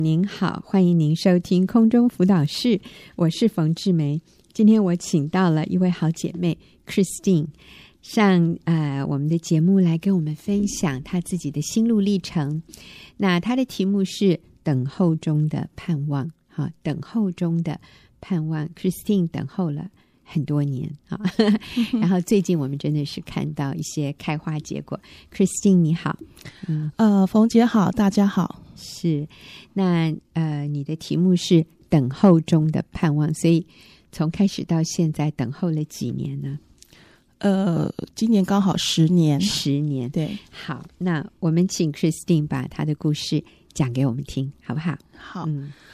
您好，欢迎您收听空中辅导室，我是冯志梅。今天我请到了一位好姐妹 Christine 上我们的节目来跟我们分享她自己的心路历程。那她的题目是等候中的盼望，等候中的盼望。 Christine 等候了很多年然后最近我们真的是看到一些开花结果。 Christine 你好。 冯姐好，大家好。 是，那你的题目是等候中的盼望，所以从开始到现在等候了几年呢？ 今年刚好10年。 10年， 对。 好，那我们请 Christine 把她的故事讲给我们听，好不好？ 好。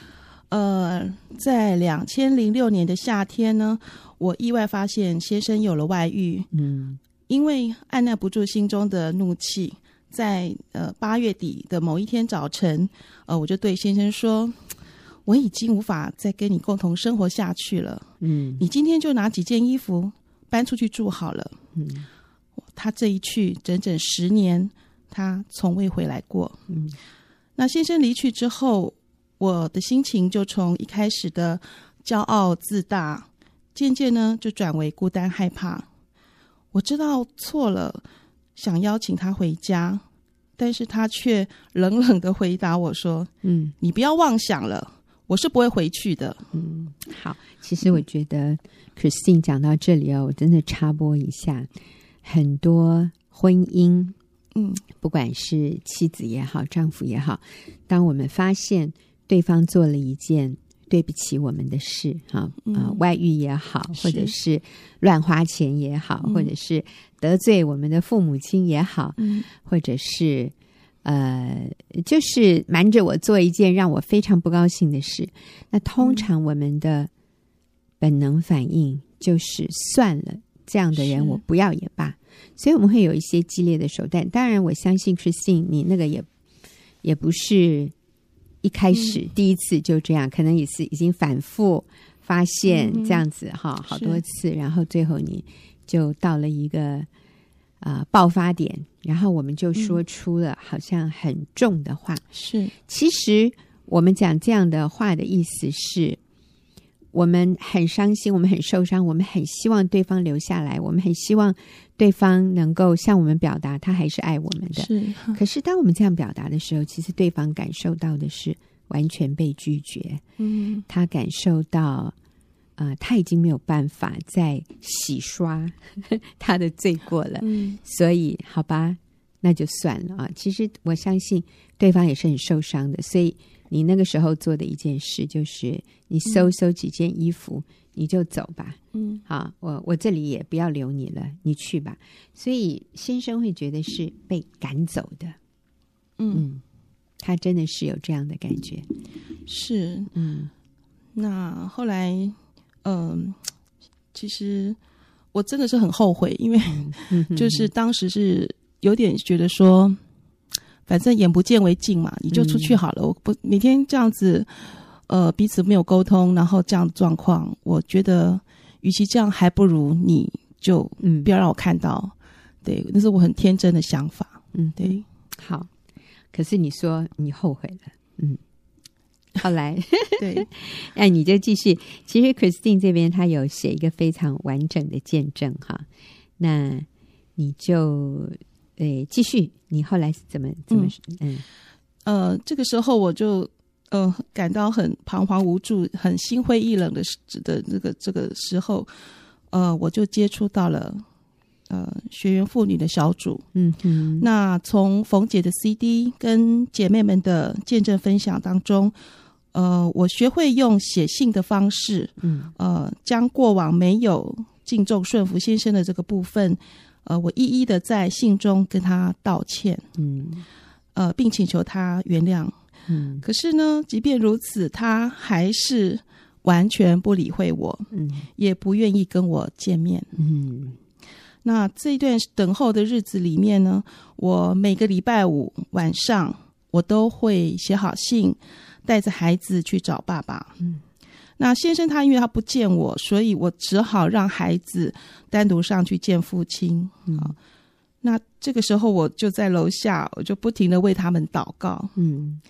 在2006年的夏天呢，我意外发现先生有了外遇。因为按捺不住心中的怒气，在8月底的某一天早晨，我就对先生说，我已经无法再跟你共同生活下去了。你今天就拿几件衣服搬出去住好了。他这一去整整10年，他从未回来过。那先生离去之后，我的心情就从一开始的骄傲自大，渐渐呢就转为孤单害怕。我知道错了，想邀请他回家，但是他却冷冷地回答我说，你不要妄想了，我是不会回去的。 好，其实我觉得 Christine 讲到这里我真的插播一下，很多婚姻不管是妻子也好，丈夫也好，当我们发现对方做了一件对不起我们的事外遇也好，或者是乱花钱也好，或者是得罪我们的父母亲也好，或者是就是瞒着我做一件让我非常不高兴的事，那通常我们的本能反应就是算了，这样的人我不要也罢。所以我们会有一些激烈的手段。当然我相信 Christine 你那个也不是一开始第一次就这样，可能也是已经反复发现这样子好多次，然后最后你就到了一个爆发点，然后我们就说出了好像很重的话。 是，其实我们讲这样的话的意思是，我们很伤心，我们很受伤，我们很希望对方留下来，我们很希望对方能够向我们表达他还是爱我们的。可是当我们这样表达的时候，其实对方感受到的是完全被拒绝。他感受到他已经没有办法再洗刷他的罪过了。所以好吧，那就算了其实我相信对方也是很受伤的，所以你那个时候做的一件事就是你收几件衣服你就走吧。我这里也不要留你了，你去吧。所以先生会觉得是被赶走的。他真的是有这样的感觉。 是。那后来其实我真的是很后悔，因为就是当时是有点觉得说反正眼不见为净嘛，你就出去好了。我不每天这样子彼此没有沟通，然后这样的状况，我觉得与其这样，还不如你就不要让我看到。对，那是我很天真的想法。对。 好，可是你说你后悔了。后来对， 那你就继续。其实 Christine 这边她有写一个非常完整的见证那你就继续，你后来是怎么这个时候我就感到很彷徨无助，很心灰意冷的这个时候，我就接触到了学员妇女的小组。那从冯姐的 CD 跟姐妹们的见证分享当中，我学会用写信的方式，将过往没有敬重顺服先生的这个部分，我一一的在信中跟他道歉，并请求他原谅。可是呢，即便如此，他还是完全不理会我，也不愿意跟我见面。那这一段等候的日子里面呢，我每个礼拜五晚上我都会写好信，带着孩子去找爸爸。那先生他因为他不见我，所以我只好让孩子单独上去见父亲。那这个时候我就在楼下，我就不停的为他们祷告。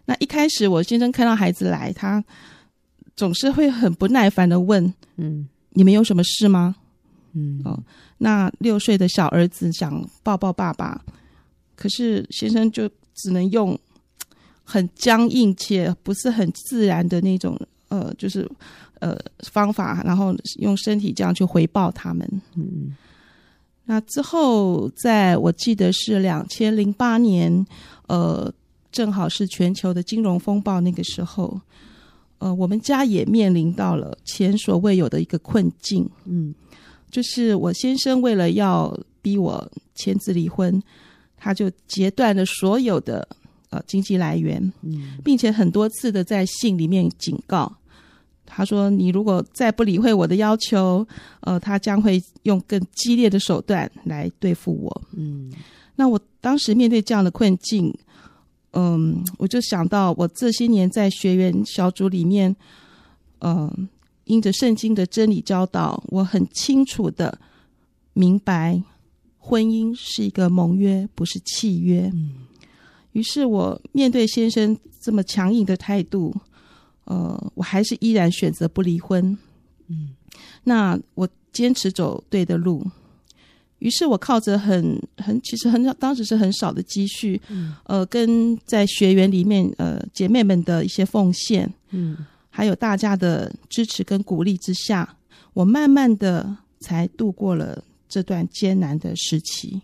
那一开始我先生看到孩子来，他总是会很不耐烦的问，你们有什么事吗？那6岁的小儿子想抱抱爸爸，可是先生就只能用很僵硬且不是很自然的那种就是方法，然后用身体这样去回报他们。那之后我记得是2008年正好是全球的金融风暴，那个时候我们家也面临到了前所未有的一个困境。就是我先生为了要逼我签字离婚，他就截断了所有的经济来源，并且很多次的在信里面警告，他说你如果再不理会我的要求，他将会用更激烈的手段来对付我。那我当时面对这样的困境，我就想到我这些年在学员小组里面因着圣经的真理教导，我很清楚的明白婚姻是一个盟约，不是契约。于是我面对先生这么强硬的态度，我还是依然选择不离婚。那我坚持走对的路，于是我靠着其实当时是很少的积蓄，跟在学员里面姐妹们的一些奉献，还有大家的支持跟鼓励之下，我慢慢的才度过了这段艰难的时期。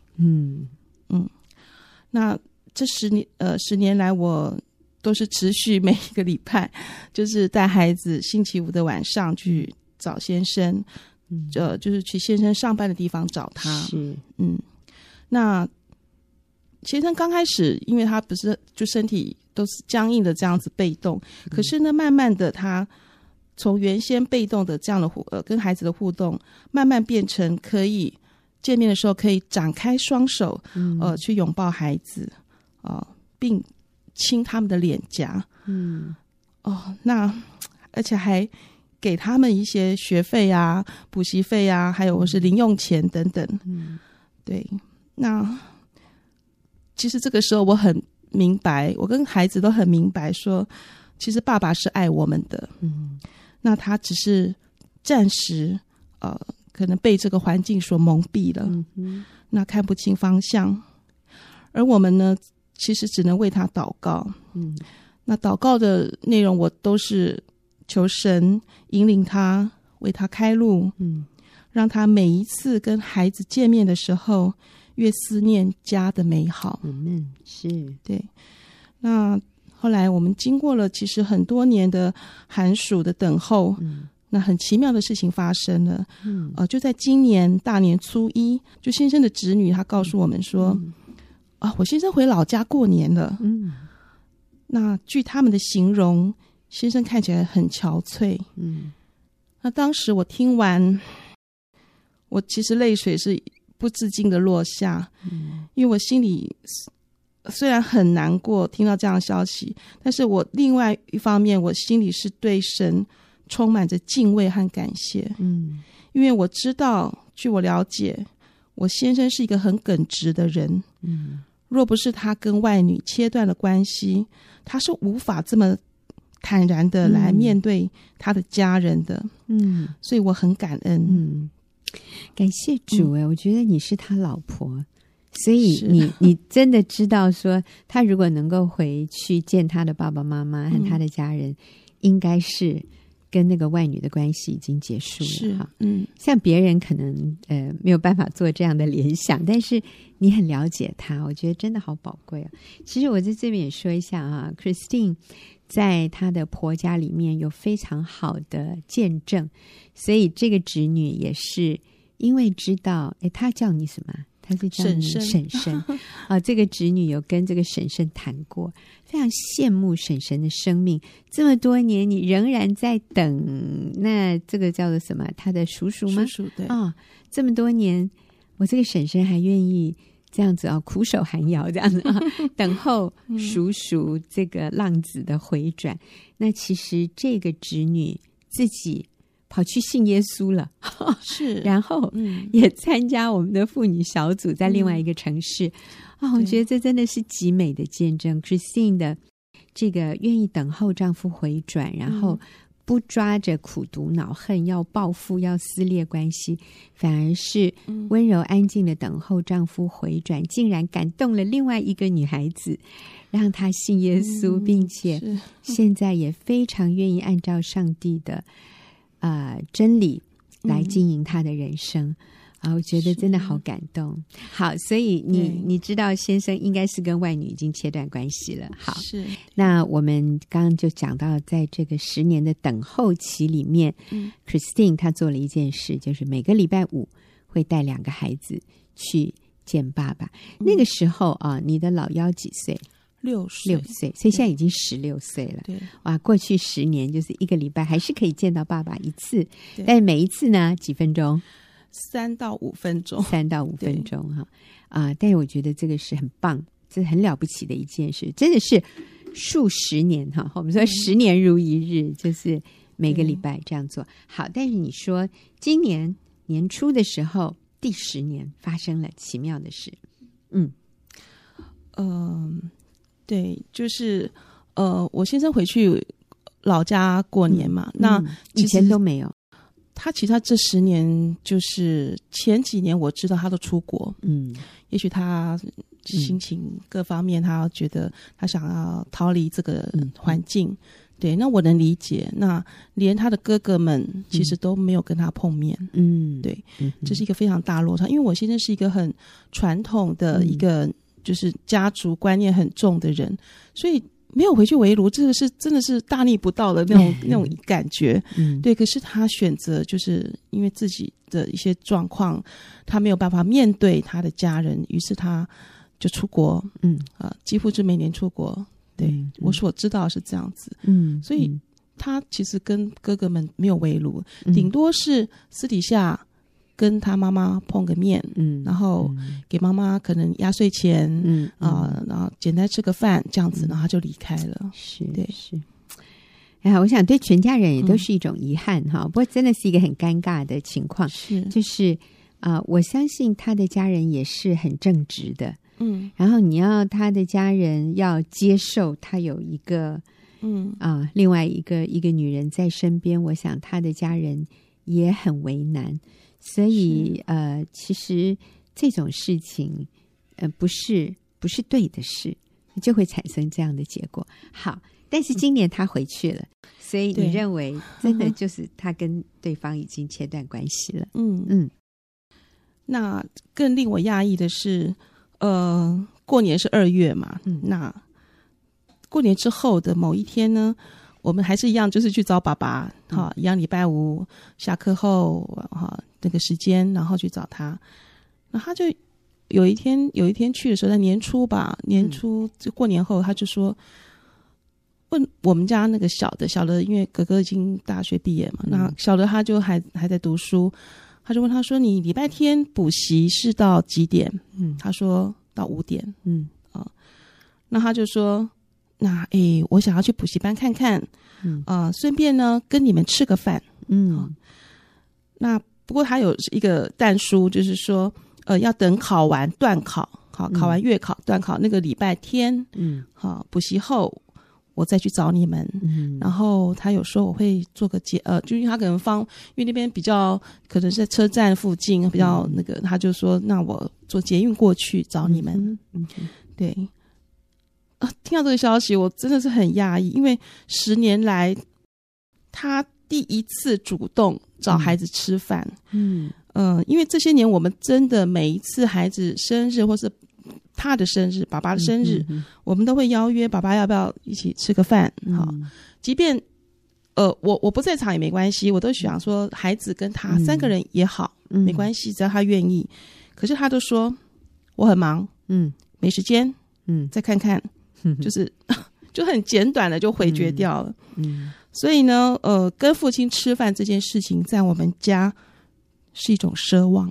那这10年来，我都是持续每一个礼拜，就是带孩子星期五的晚上去找先生，就是去先生上班的地方找他。那先生刚开始，因为他不是就身体都是僵硬的这样子被动，可是呢，慢慢的他从原先被动的这样的跟孩子的互动，慢慢变成可以见面的时候可以展开双手，去拥抱孩子，并亲他们的脸颊。那而且还给他们一些学费啊、补习费啊，还有是零用钱等等。对，那其实这个时候我很明白，我跟孩子都很明白说，其实爸爸是爱我们的。那他只是暂时可能被这个环境所蒙蔽了，那看不清方向，而我们呢，其实只能为他祷告。那祷告的内容我都是求神引领他，为他开路，让他每一次跟孩子见面的时候越思念家的美好。 是， 对。那后来我们经过了其实很多年的寒暑的等候，那很奇妙的事情发生了。就在今年大年初一，就先生的侄女她告诉我们说，我先生回老家过年了。那据他们的形容，先生看起来很憔悴。那当时我听完，我其实泪水是不自禁的落下，因为我心里虽然很难过听到这样的消息，但是我另外一方面，我心里是对神充满着敬畏和感谢。因为我知道，据我了解，我先生是一个很耿直的人。若不是他跟外女切断了关系，他是无法这么坦然的来面对他的家人的。所以我很感恩。 感谢主。我觉得你是他老婆，所以你真的知道说，他如果能够回去见他的爸爸妈妈和他的家人，应该是跟那个外女的关系已经结束了。像别人可能没有办法做这样的联想，但是你很了解他，我觉得真的好宝贵。其实我在这边也说一下Christine 在她的婆家里面有非常好的见证，所以这个侄女也是因为知道，她叫你什么？她是叫你婶婶这个侄女有跟这个婶婶谈过，非常羡慕婶婶的生命，这么多年你仍然在等，那这个叫做什么？她的叔叔吗？ 叔叔，对。 这么多年，我这个婶婶还愿意这样子苦守寒窑这样子等候叔叔这个浪子的回转。那其实这个侄女自己跑去信耶稣了， 是， 然后也参加我们的妇女小组，在另外一个城市。我觉得这真的是极美的见证。Christine 的这个愿意等候丈夫回转，然后不抓着苦毒恼恨要报复要撕裂关系，反而是温柔安静的等候丈夫回转，竟然感动了另外一个女孩子，让她信耶稣，并且现在也非常愿意按照上帝的真理来经营她的人生。我觉得真的好感动。好，所以你知道先生应该是跟外女已经切断关系了。好， 是。 那我们刚刚就讲到，在这个10年的等候期里面，Christine 她做了一件事，就是每个礼拜5会带2个孩子去见爸爸。那个时候你的老幺几岁？6岁，所以现在已经16岁了。 对， 哇，过去10年就是一个礼拜还是可以见到爸爸一次，但每一次呢几分钟 ？3到5分钟 ，3到5分钟哈但是我觉得这个是很棒，这是很了不起的一件事，真的是数十年哈。我们说10年如一日，就是每个礼拜这样做。好，但是你说今年年初的时候，第10年发生了奇妙的事。 对，就是我先生回去老家过年嘛，那以前都没有。 其实他这10年，就是前几年我知道他都出国，也许他心情各方面，他觉得他想要逃离这个环境，对，那我能理解。那连他的哥哥们其实都没有跟他碰面，对，这是一个非常大落差。因为我先生是一个很传统的一个，就是家族观念很重的人，所以没有回去围炉，这个是真的是大逆不道的那种感觉。对，可是他选择就是因为自己的一些状况，他没有办法面对他的家人，于是他就出国，几乎是每年出国。对，我所知道是这样子。所以他其实跟哥哥们没有围炉，顶多是私底下跟他妈妈碰个面，然后给妈妈可能压岁钱，然后简单吃个饭这样子，然后他就离开了。 是， 对， 是。我想对全家人也都是一种遗憾哈。不过真的是一个很尴尬的情况，就是我相信他的家人也是很正直的，然后你要他的家人要接受他有一个，另外一个女人在身边，我想他的家人也很为难。所以其实这种事情不是对的事，就会产生这样的结果。好，但是今年他回去了，所以你认为真的就是他跟对方已经切断关系了。 那更令我讶异的是，过年是2月嘛，那过年之后的某一天呢，我们还是一样，就是去找爸爸，一样礼拜5下课后那个时间，然后去找他。那他就有一天去的时候，在年初吧，就过年后，他就说问我们家那个小的，因为哥哥已经大学毕业嘛，那小的他就还在读书，他就问他说：“你礼拜天补习是到几点？”他说到5点。那他就说：“那我想要去补习班看看，顺便呢跟你们吃个饭。”那不过他有一个但书，就是说要等考完段考，考完月考段考那个礼拜天，补习后我再去找你们。然后他有说我会做个就因为他可能因为那边比较可能是在车站附近比较那个，他就说那我坐捷运过去找你们。对，听到这个消息我真的是很讶异，因为10年来他第一次主动找孩子吃饭。因为这些年我们真的每一次孩子生日或是他的生日，爸爸的生日，我们都会邀约爸爸要不要一起吃个饭。即便我不在场也没关系，我都想说孩子跟他3个人也好，没关系，只要他愿意。可是他都说我很忙，没时间，再看看，就很简短的就回绝掉了。所以呢，跟父亲吃饭这件事情，在我们家是一种奢望。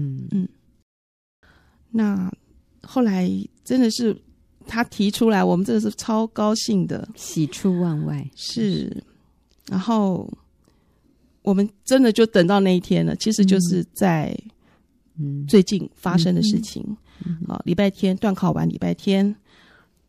那后来真的是他提出来，我们真的是超高兴的， 喜出望外。 是，然后我们真的就等到那一天了，其实就是在最近发生的事情。礼拜天段考完，礼拜天，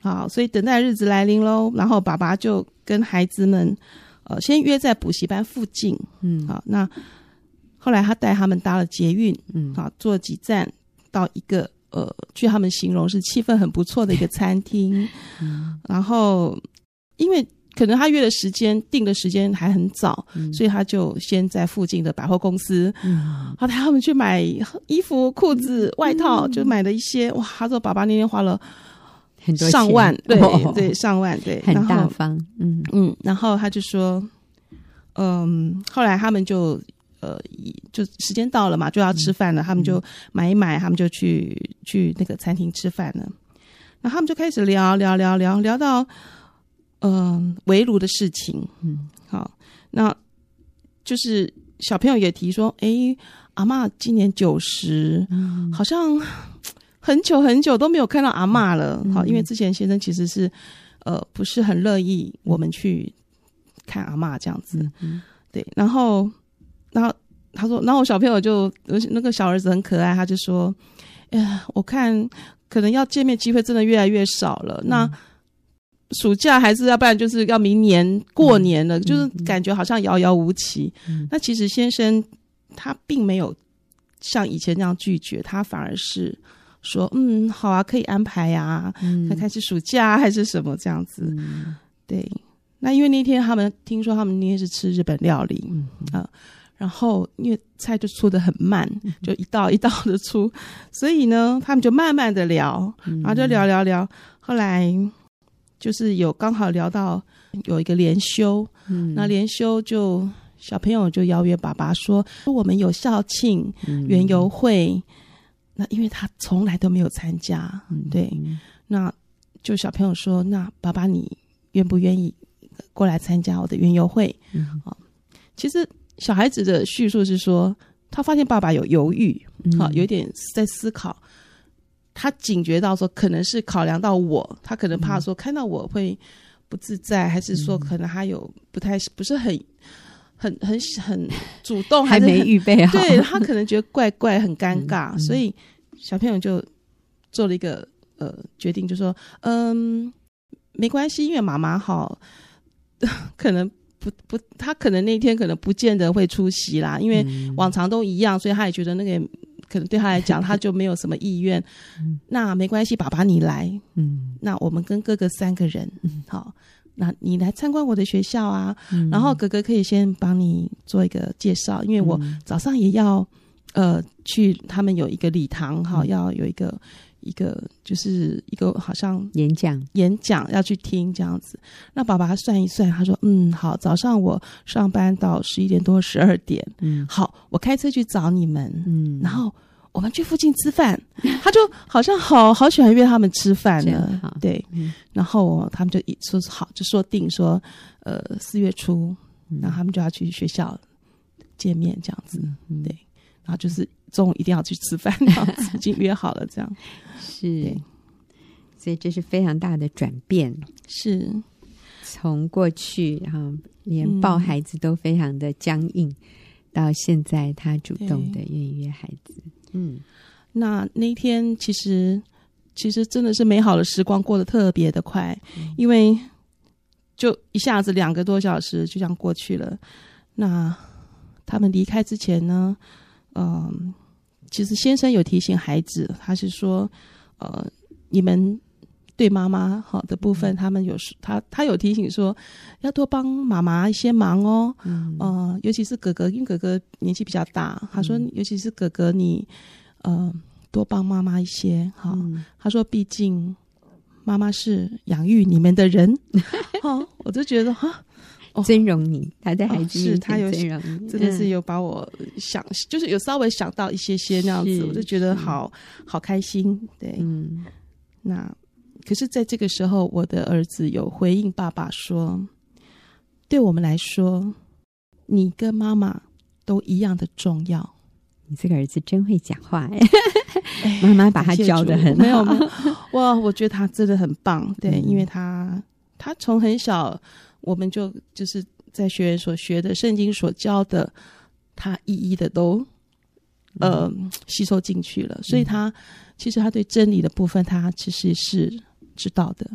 好，所以等待日子来临咯，然后爸爸就跟孩子们先约在补习班附近，好，那后来他带他们搭了捷运，好，坐了几站到一个据他们形容是气氛很不错的一个餐厅，然后因为可能他约的时间定的时间还很早，所以他就先在附近的百货公司，他带他们去买衣服、裤子、外套，就买了一些。哇，他说爸爸那天花了很多上万，对、 哦、 对，上万，对， 很大方， 然后他就说，后来他们就就时间到了嘛，就要吃饭了，他们就买一买，他们就去那个餐厅吃饭了。然后他们就开始聊到围炉的事情，好，那就是小朋友也提说，阿嬷今年90，好像很久很久都没有看到阿嬷了，好，因为之前先生其实是不是很乐意我们去看阿嬷这样子，对，然后他说，然后我小朋友就那个小儿子很可爱，他就说，我看可能要见面机会真的越来越少了，那暑假还是要不然就是要明年过年了，就是感觉好像遥遥无期。那其实先生他并没有像以前那样拒绝，他反而是说好啊，可以安排啊，看看是暑假还是什么这样子。对，那因为那天听说他们那天是吃日本料理，然后因为菜就出得很慢，就一道一道的出，所以呢他们就慢慢的聊，然后就聊，后来就是刚好聊到有一个连休，那连休就小朋友就邀约爸爸说我们有校庆园游会，那因为他从来都没有参加，对，那就小朋友说，那爸爸你愿不愿意过来参加我的园游会？其实小孩子的叙述是说，他发现爸爸有犹豫，有点在思考，他警觉到说可能是考量到我，他可能怕说看到我会不自在，还是说可能他有不是很主动， 还没预备好， 对，他可能觉得怪怪很尴尬，所以小朋友就做了一个决定，就说没关系，因为妈妈好可能不，他可能那天可能不见得会出席啦，因为往常都一样，所以他也觉得那个可能对他来讲他就没有什么意愿。那没关系，爸爸你来，那我们跟哥哥3个人，好，那你来参观我的学校啊，然后哥哥可以先帮你做一个介绍，因为我早上也要去他们有一个礼堂，好，要有一个就是一个好像演讲要去听这样子。那爸爸算一算，他说好，早上我上班到11点多12点，好，我开车去找你们，然后我们去附近吃饭。他就好像好喜欢约他们吃饭了，对，然后他们就说好，就说定说4月初，然后他们就要去学校见面这样子，对，然后就是中午一定要去吃饭，这样子已经约好了这样。 是，所以这是非常大的转变， 是从过去然后连抱孩子都非常的僵硬，到现在他主动的愿意约孩子。 那一天其实真的是美好的时光过得特别的快，因为就一下子2个多小时就这样过去了。那他们离开之前呢，其实先生有提醒孩子，他是说你们对妈妈好的部分，他们他有提醒说要多帮妈妈一些忙哦，尤其是哥哥，因为哥哥年纪比较大，他说尤其是哥哥你多帮妈妈一些，好，他说毕竟妈妈是养育你们的人，我就觉得尊荣你，他在孩子面前尊荣你， 真的是有把我就是有稍微想到一些那样子，我就觉得好开心，对，那可是在这个时候，我的儿子有回应爸爸说，对我们来说，你跟妈妈都一样的重要。 你这个儿子真会讲话妈妈把他教得很好， 没有哇，我觉得他真的很棒，对，因为他从很小，我们就是在学院所学的圣经所教的，他一一的都吸收进去了，所以其实他对真理的部分，他其实是知道的。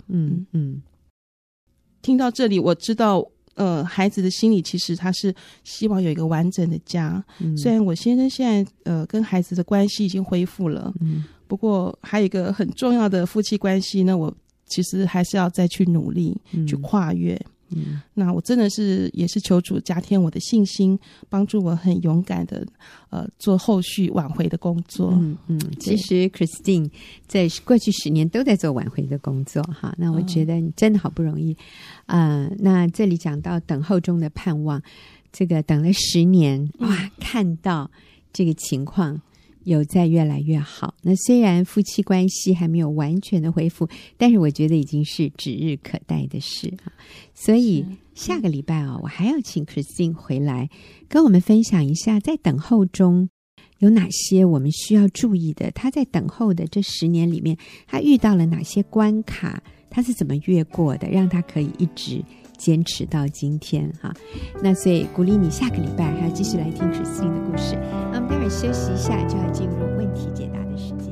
听到这里，我知道孩子的心里其实他是希望有一个完整的家。虽然我先生现在跟孩子的关系已经恢复了，不过还有一个很重要的夫妻关系呢，我其实还是要再去努力去跨越。那我真的是也是求主加添我的信心，帮助我很勇敢的做后续挽回的工作。 其实 Christine 在过去10年都在做挽回的工作哈。那我觉得你真的好不容易那这里讲到等候中的盼望，这个等了10年，哇，看到这个情况有在越来越好。那虽然夫妻关系还没有完全的恢复，但是我觉得已经是指日可待的事。所以下个礼拜我还要请 Christine 回来跟我们分享一下，在等候中有哪些我们需要注意的。他在等候的这10年里面，他遇到了哪些关卡，他是怎么越过的，让他可以一直坚持到今天哈。那所以鼓励你下个礼拜还要继续来听 Christine 的故事。那我们待会儿休息一下，就要进入问题解答的时间。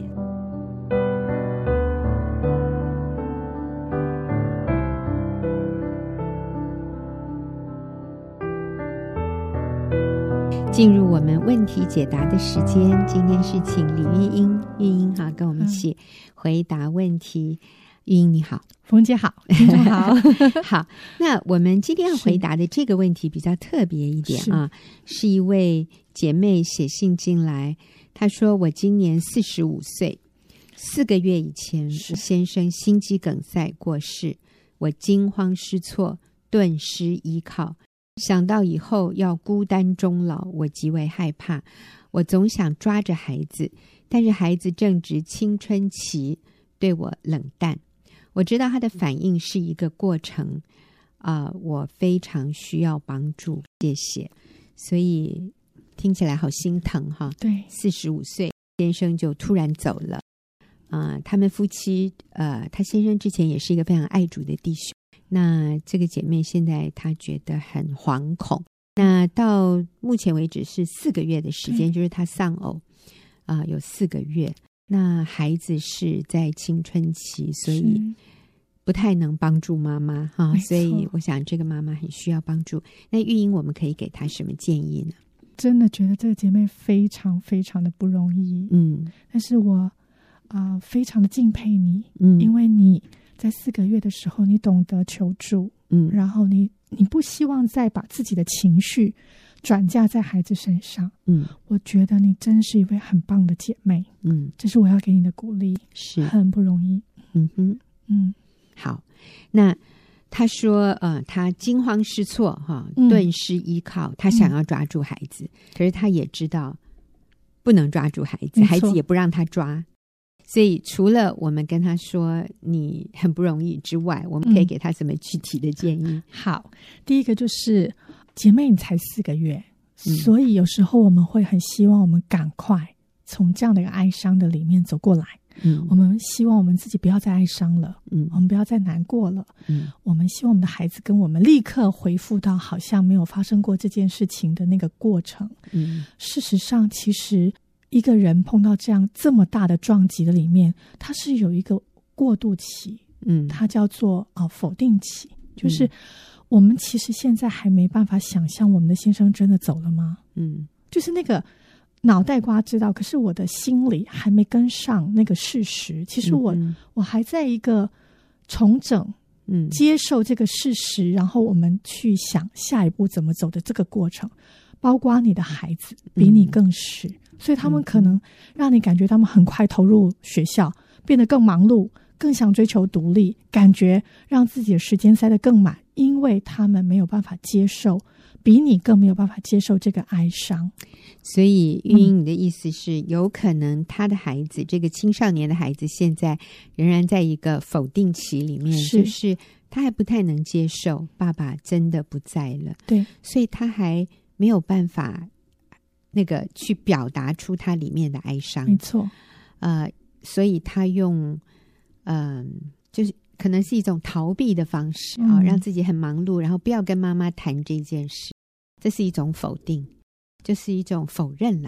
进入我们问题解答的时间，今天是请李玉英好跟我们一起回答问题。玉英你好。 冯姐好，听众好。 好，那我们今天要回答的这个问题比较特别一点是一位姐妹写信进来，她说我今年45岁，4个月以前我先生心肌梗塞过世，我惊慌失措，顿失依靠，想到以后要孤单终老，我极为害怕。我总想抓着孩子，但是孩子正值青春期，对我冷淡。我知道他的反应是一个过程我非常需要帮助，谢谢。所以听起来好心疼哈。 对 ，45岁先生就突然走了他们夫妻他先生之前也是一个非常爱主的弟兄。那这个姐妹现在她觉得很惶恐。那到目前为止是4个月的时间，就是她丧偶有4个月。那孩子是在青春期，所以不太能帮助妈妈所以我想这个妈妈很需要帮助。那玉英我们可以给她什么建议呢？ 真的觉得这个姐妹非常非常的不容易。但是我非常的敬佩你，因为你在4个月的时候你懂得求助，然后你不希望再把自己的情绪转嫁在孩子身上。我觉得你真是一位很棒的姐妹。这是我要给你的鼓励，是很不容易。 好，那他说他惊慌失措顿失依靠，他想要抓住孩子，可是他也知道不能抓住孩子，孩子也不让他抓。所以除了我们跟他说你很不容易之外，我们可以给他什么具体的建议？ 好，第一个就是姐妹你才4个月，所以有时候我们会很希望我们赶快从这样的一个哀伤的里面走过来。我们希望我们自己不要再哀伤了，我们不要再难过了，我们希望我们的孩子跟我们立刻回复到好像没有发生过这件事情的那个过程。事实上其实一个人碰到这么大的撞击的里面，它是有一个过渡期，它叫做否定期，就是我们其实现在还没办法想象我们的先生真的走了吗？就是那个脑袋瓜知道，可是我的心里还没跟上那个事实。其实我还在一个重整接受这个事实，然后我们去想下一步怎么走的这个过程。包括你的孩子比你更是，所以他们可能让你感觉他们很快投入学校，变得更忙碌，更想追求独立，感觉让自己的时间塞得更满，因为他们没有办法接受，比你更没有办法接受这个哀伤。 所以玉英你的意思是有可能他的孩子这个青少年的孩子现在仍然在一个否定期里面，就是他还不太能接受爸爸真的不在了。 对，所以他还没有办法那个去表达出他里面的哀伤。 没错。 所以他用就是可能是一种逃避的方式让自己很忙碌，然后不要跟妈妈谈这件事，这是一种否定，就是一种否认啦。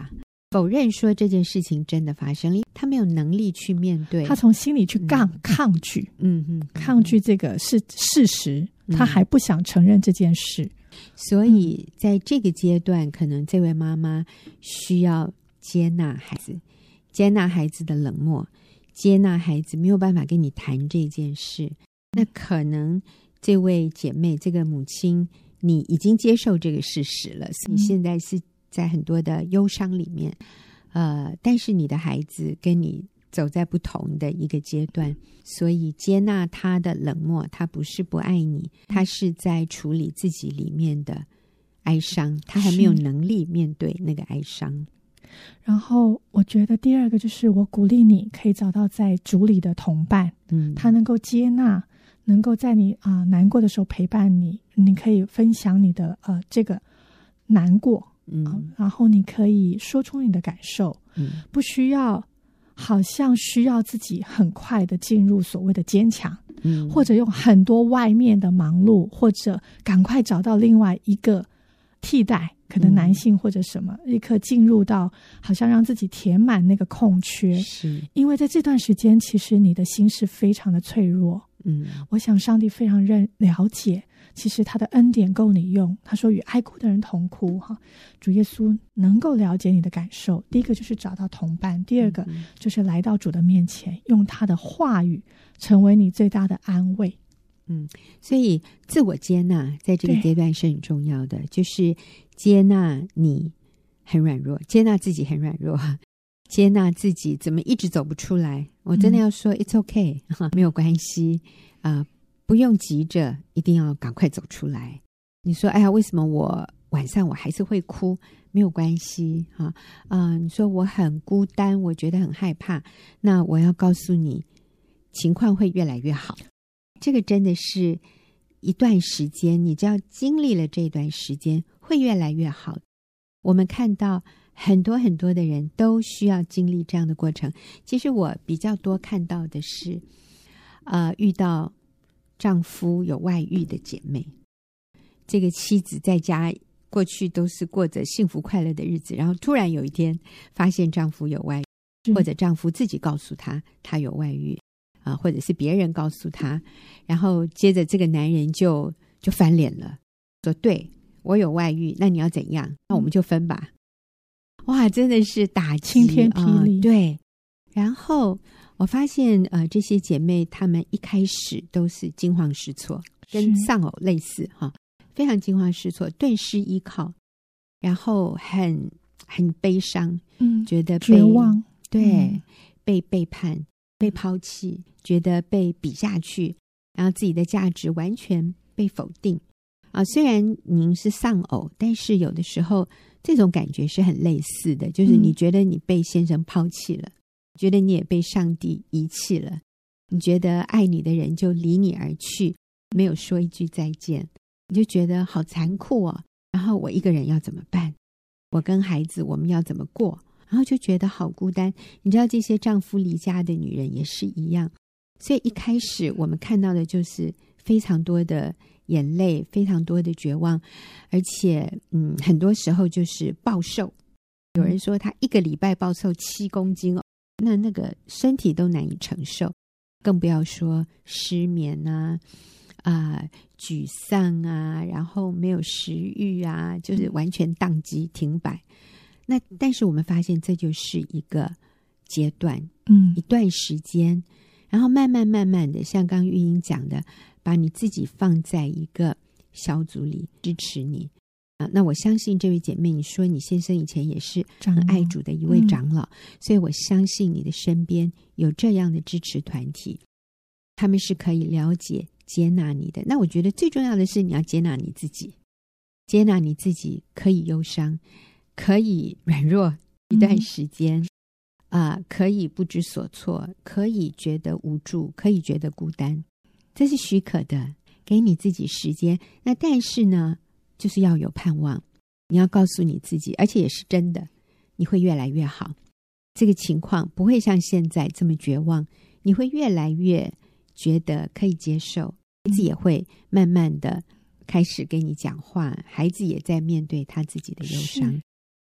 否认说这件事情真的发生了，因为他没有能力去面对， 他从心里去抗拒，抗拒这个是事实，他还不想承认这件事。 所以在这个阶段，可能这位妈妈需要接纳孩子，接纳孩子的冷漠，接纳孩子没有办法跟你谈这件事。那可能这位姐妹，这个母亲，你已经接受这个事实了，所以现在是在很多的忧伤里面，但是你的孩子跟你走在不同的一个阶段，所以接纳他的冷漠，他不是不爱你，他是在处理自己里面的哀伤，他还没有能力面对那个哀伤。 然后我觉得第二个就是我鼓励你可以找到在主里的同伴，他能够接纳，能够在你难过的时候陪伴你，你可以分享你的这个难过，然后你可以说出你的感受，不需要好像需要自己很快的进入所谓的坚强，或者用很多外面的忙碌，或者赶快找到另外一个替代，可能男性或者什么，立刻进入到好像让自己填满那个空缺。 是因为在这段时间其实你的心是非常的脆弱，我想上帝非常了解，其实他的恩典够你用。他说与哀哭的人同哭，主耶稣能够了解你的感受。第一个就是找到同伴，第二个就是来到主的面前，用他的话语成为你最大的安慰。 所以自我接纳在这个阶段是很重要的，就是接纳你很软弱，接纳自己很软弱，接纳自己怎么一直走不出来。我真的要说 it's okay， 没有关系，不用急着一定要赶快走出来。你说哎呀，为什么我晚上我还是会哭？没有关系你说我很孤单，我觉得很害怕，那我要告诉你，情况会越来越好。这个真的是一段时间，你只要经历了这段时间会越来越好。我们看到很多很多的人都需要经历这样的过程。其实我比较多看到的是遇到丈夫有外遇的姐妹，这个妻子在家过去都是过着幸福快乐的日子，然后突然有一天发现丈夫有外遇，或者丈夫自己告诉她他有外遇，或者是别人告诉他，然后接着这个男人就翻脸了，说对，我有外遇，那你要怎样？那我们就分吧。哇，真的是打击， 晴天霹雳， 对。然后我发现这些姐妹她们一开始都是惊慌失措，跟丧偶类似非常惊慌失措，顿失依靠，然后很悲伤，觉得绝望， 对，被背叛，被抛弃，觉得被比下去，然后自己的价值完全被否定虽然您是丧偶，但是有的时候这种感觉是很类似的，就是你觉得你被先生抛弃了，觉得你也被上帝遗弃了，你觉得爱你的人就离你而去，没有说一句再见，你就觉得好残酷然后我一个人要怎么办？我跟孩子我们要怎么过？然后就觉得好孤单。你知道这些丈夫离家的女人也是一样，所以一开始我们看到的就是非常多的眼泪，非常多的绝望，而且很多时候就是暴瘦。有人说他一个礼拜暴瘦7公斤那个身体都难以承受，更不要说失眠沮丧然后没有食欲就是完全宕机停摆。那但是我们发现这就是一个阶段，一段时间，然后慢慢的，像刚玉英讲的，把你自己放在一个小组里支持你那我相信这位姐妹，你说你先生以前也是很爱主的一位长老，所以我相信你的身边有这样的支持团体，他们是可以了解接纳你的。那我觉得最重要的是你要接纳你自己，接纳你自己可以忧伤，可以软弱一段时间可以不知所措，可以觉得无助，可以觉得孤单，这是许可的，给你自己时间。那但是呢，就是要有盼望，你要告诉你自己，而且也是真的，你会越来越好，这个情况不会像现在这么绝望，你会越来越觉得可以接受，孩子也会慢慢的开始跟你讲话，孩子也在面对他自己的忧伤。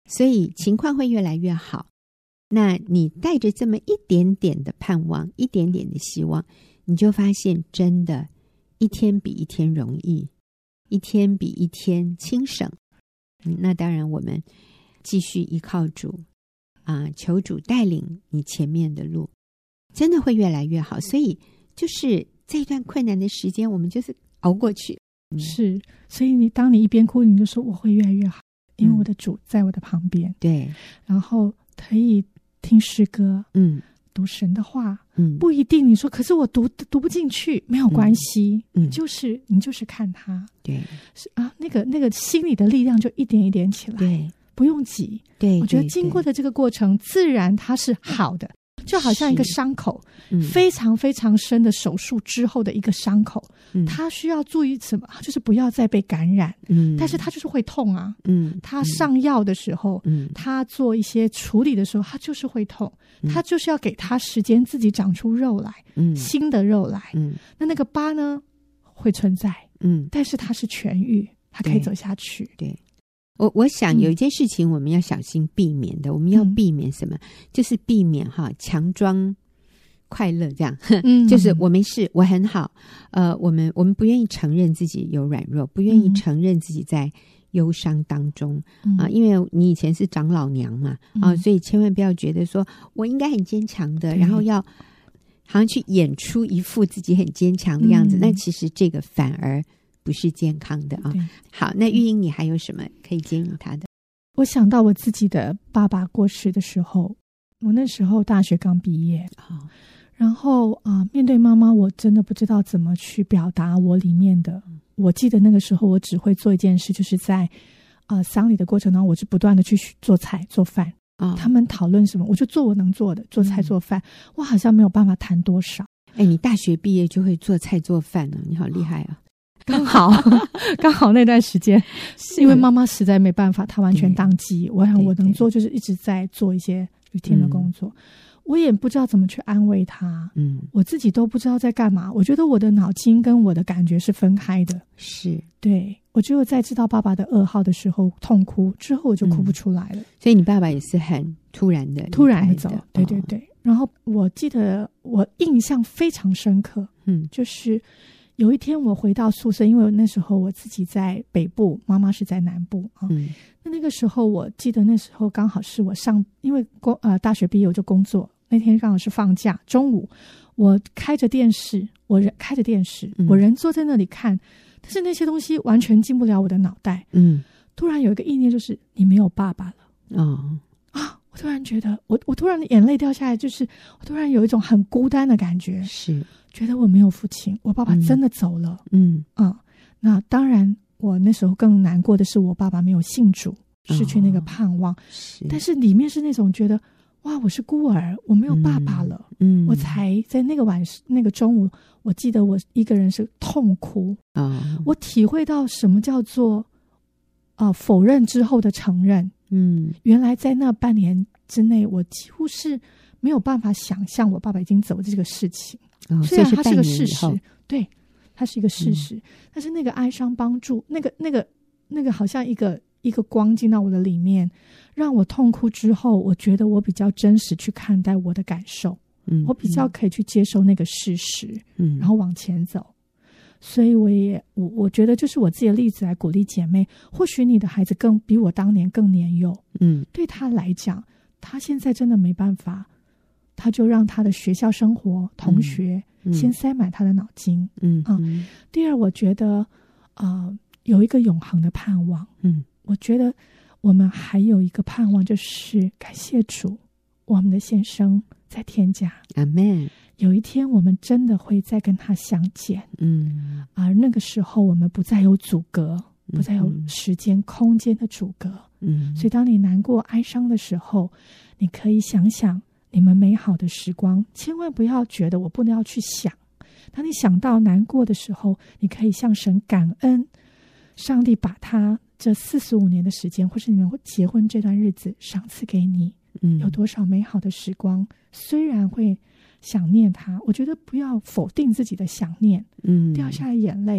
所以情况会越来越好。那你带着这么一点点的盼望，一点点的希望，你就发现真的一天比一天容易，一天比一天轻省。那当然我们继续依靠主求主带领你前面的路，真的会越来越好。所以就是这一段困难的时间，我们就是熬过去。 是，所以当你一边哭，你就说我会越来越好，因为我的主在我的旁边。对，然后可以听诗歌，读神的话，不一定你说可是我读不进去，没有关系，你就是看它，对，那个心里的力量就一点一点起来，对，不用急，对，我觉得经过的这个过程，自然它是好的。就好像一个伤口，非常非常深的手术之后的一个伤口，它需要注意什么？就是不要再被感染，但是它就是会痛啊，它上药的时候，它做一些处理的时候，它就是会痛，它就是要给它时间自己长出肉来，新的肉来，那个疤呢会存在，但是它是痊愈，它可以走下去，对。我想有一件事情我们要小心避免的，我们要避免什么？就是避免强装快乐这样，就是我没事，我很好。我们不愿意承认自己有软弱，不愿意承认自己在忧伤当中因为你以前是长老娘嘛所以千万不要觉得说我应该很坚强的，然后要好像去演出一副自己很坚强的样子，那其实这个反而不是健康的好，那玉英你还有什么可以建议他的？我想到我自己的爸爸过世的时候，我那时候大学刚毕业然后面对妈妈，我真的不知道怎么去表达我里面的。我记得那个时候我只会做一件事，就是在丧礼的过程当中，我是不断的去做菜做饭他们讨论什么我就做我能做的，做菜做饭我好像没有办法谈多少。你大学毕业就会做菜做饭了，你好厉害啊！刚好那段时间因为妈妈实在没办法，她完全当机，我想我能做就是一直在做一些雨天的工作，我也不知道怎么去安慰她，我自己都不知道在干嘛，我觉得我的脑筋跟我的感觉是分开的，是对，我只有在知道爸爸的噩耗的时候痛哭，之后我就哭不出来了。所以你爸爸也是很突然的走，对对对。然后我记得我印象非常深刻，就是有一天我回到宿舍，因为那时候我自己在北部，妈妈是在南部那个时候我记得那时候刚好是我因为大学毕业我就工作，那天刚好是放假，中午我开着电视，我人坐在那里看，但是那些东西完全进不了我的脑袋。突然有一个意念，就是你没有爸爸了。我突然觉得我突然眼泪掉下来，就是我突然有一种很孤单的感觉，是觉得我没有父亲，我爸爸真的走了。那当然我那时候更难过的是我爸爸没有信主，失去那个盼望，但是里面是那种觉得哇，我是孤儿，我没有爸爸了。我才在那个中午，我记得我一个人是痛哭。我体会到什么叫做否认之后的承认。原来在那半年之内，我几乎是没有办法想象我爸爸已经走的这个事情。虽然它是个事实，对，它是一个事实，但是那个哀伤帮助那个好像一个光进到我的里面，让我痛哭之后，我觉得我比较真实去看待我的感受，我比较可以去接受那个事实，然后往前走。所以我觉得就是我自己的例子来鼓励姐妹，或许你的孩子比我当年更年幼，对他来讲，他现在真的没办法，他就让他的学校生活同学先塞满他的脑筋。第二，我觉得有一个永恒的盼望。我觉得我们还有一个盼望，就是感谢主，我们的先生在天家，阿们。有一天我们真的会再跟他相见，而那个时候我们不再有阻隔，不再有时间空间的阻隔。所以当你难过哀伤的时候，你可以想想你们美好的时光，千万不要觉得我不能要去想。当你想到难过的时候，你可以向神感恩，上帝把他这45年的时间，或是你们结婚这段日子赏赐给你，有多少美好的时光。虽然会想念他，我觉得不要否定自己的想念，掉下来眼泪，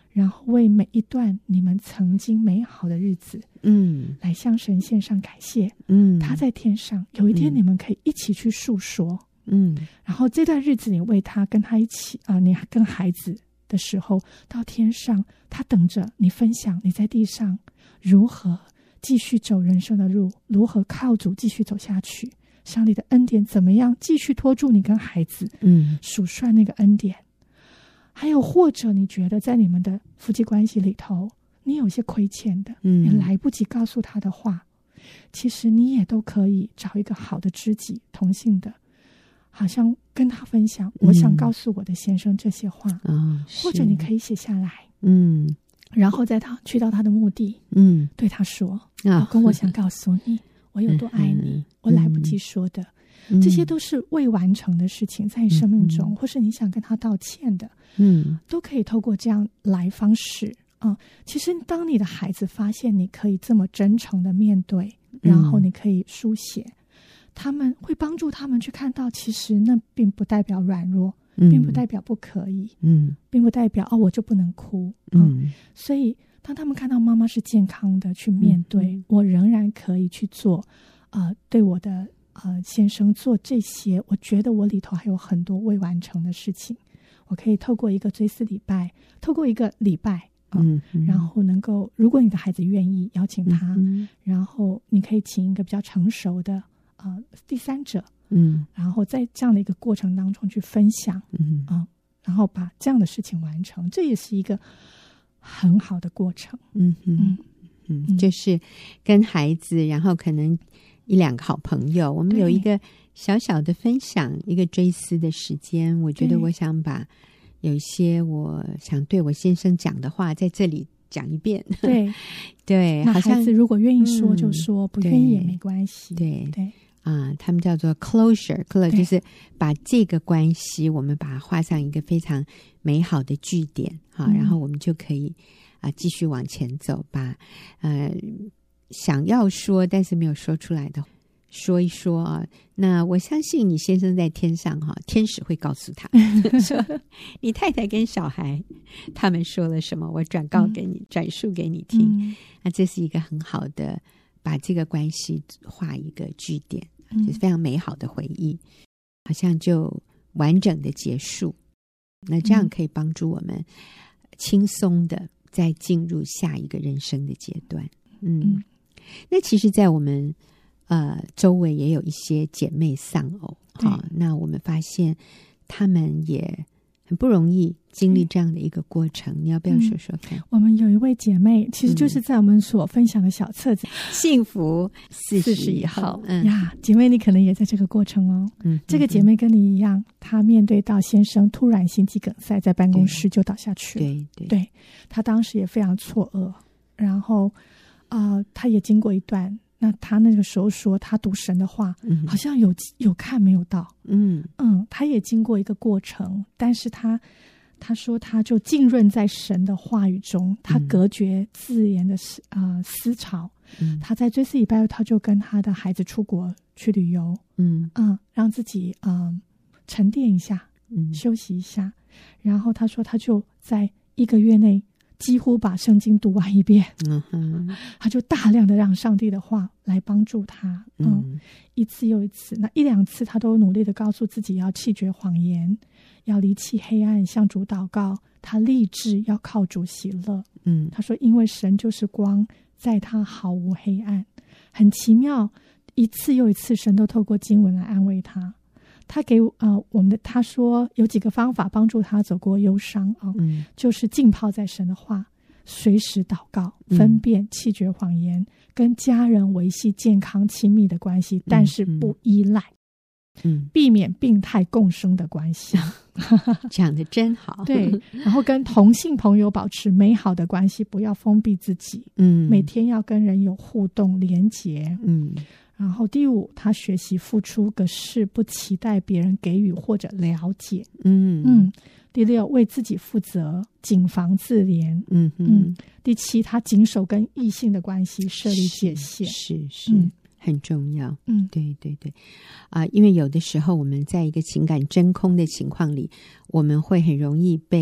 然后为每一段你们曾经美好的日子来向神献上感谢。他在天上，有一天你们可以一起去述说。然后这段日子你为他跟他一起你跟孩子的时候，到天上他等着你分享你在地上如何继续走人生的路，如何靠主继续走下去，上帝的恩典怎么样继续拖住你跟孩子，数算那个恩典。还有或者你觉得在你们的夫妻关系里头你有些亏欠的，也来不及告诉他的话，其实你也都可以找一个好的知己，同性的，好像跟他分享，我想告诉我的先生这些话，或者你可以写下来，然后在他去到他的墓地，对他说，老公，我想告诉你我有多爱你，我来不及说的，这些都是未完成的事情，在你生命中，或是你想跟他道歉的，都可以透过这样来方式其实当你的孩子发现你可以这么真诚的面对，然后你可以书写，他们会帮助他们去看到，其实那并不代表软弱，并不代表不可以，并不代表我就不能哭，所以当他们看到妈妈是健康的去面对，我仍然可以去做对我的先生做这些，我觉得我里头还有很多未完成的事情，我可以透过一个追思礼拜，透过一个礼拜然后能够，如果你的孩子愿意邀请他，然后你可以请一个比较成熟的第三者，然后在这样的一个过程当中去分享，然后把这样的事情完成，这也是一个很好的过程。 就是跟孩子，然后可能一两个好朋友，我们有一个小小的分享，一个追思的时间。我觉得我想把有一些我想对我先生讲的话在这里讲一遍。对对， 那孩子如果愿意说就说，不愿意也没关系。 对对他们叫做 closure 就是把这个关系我们把它画上一个非常美好的句点然后我们就可以继续往前走，把想要说但是没有说出来的说一说那我相信你先生在天上天使会告诉他说你太太跟小孩他们说了什么，我转告给你，转述给你听。那这是一个很好的把这个关系画一个句点，就是非常美好的回忆，好像就完整的结束。那这样可以帮助我们轻松的再进入下一个人生的阶段。那其实在我们周围也有一些姐妹丧偶那我们发现她们也很不容易经历这样的一个过程，你要不要说说看？ 我们有一位姐妹，其实就是在我们所分享的小册子幸福41号姐妹你可能也在这个过程这个姐妹跟你一样，她面对到先生突然心肌梗塞在办公室就倒下去了，对，她当时也非常错愕，然后她也经过一段，那他那个时候说他读神的话好像有看没有到，他也经过一个过程，但是他说他就浸润在神的话语中，他隔绝自言的思潮，他在追思礼拜他就跟他的孩子出国去旅游，让自己沉淀一下，休息一下，然后他说他就在1个月内几乎把圣经读完一遍，他就大量的让上帝的话来帮助他，一次又一次，那1、2次他都努力的告诉自己要弃绝谎言，要离弃黑暗，向主祷告，他立志要靠主喜乐。他说因为神就是光，在他毫无黑暗。很奇妙，一次又一次神都透过经文来安慰他。他给我们的他说有几个方法帮助他走过忧伤就是浸泡在神的话，随时祷告，分辨弃绝谎言，跟家人维系健康亲密的关系，但是不依赖，避免病态共生的关系。 讲得真好。 对，然后跟同性朋友保持美好的关系，不要封闭自己，每天要跟人有互动连结，然后第5，他学习付出，可是不期待别人给予或者了解。第6，为自己负责，谨防自怜。第7，他谨守跟异性的关系，设立界限。 是很重要。对对对因为有的时候我们在一个情感真空的情况里，我们会很容易被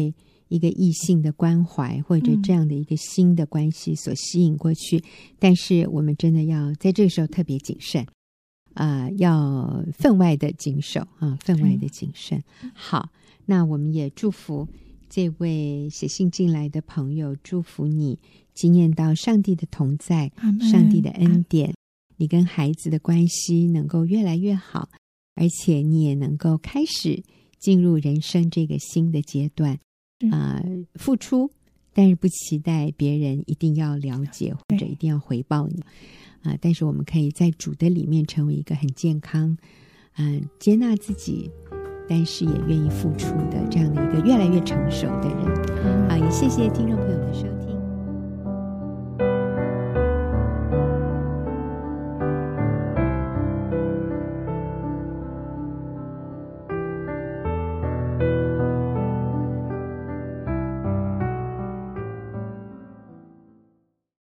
一个异性的关怀，或者这样的一个新的关系所吸引过去，但是我们真的要在这个时候特别谨慎，要分外的谨守啊，分外的谨慎。好，那我们也祝福这位写信进来的朋友，祝福你经验到上帝的同在，上帝的恩典，你跟孩子的关系能够越来越好，而且你也能够开始进入人生这个新的阶段，付出，但是不期待别人一定要了解或者一定要回报你但是我们可以在主的里面成为一个很健康接纳自己，但是也愿意付出的这样的一个越来越成熟的人也谢谢听众朋友的收听。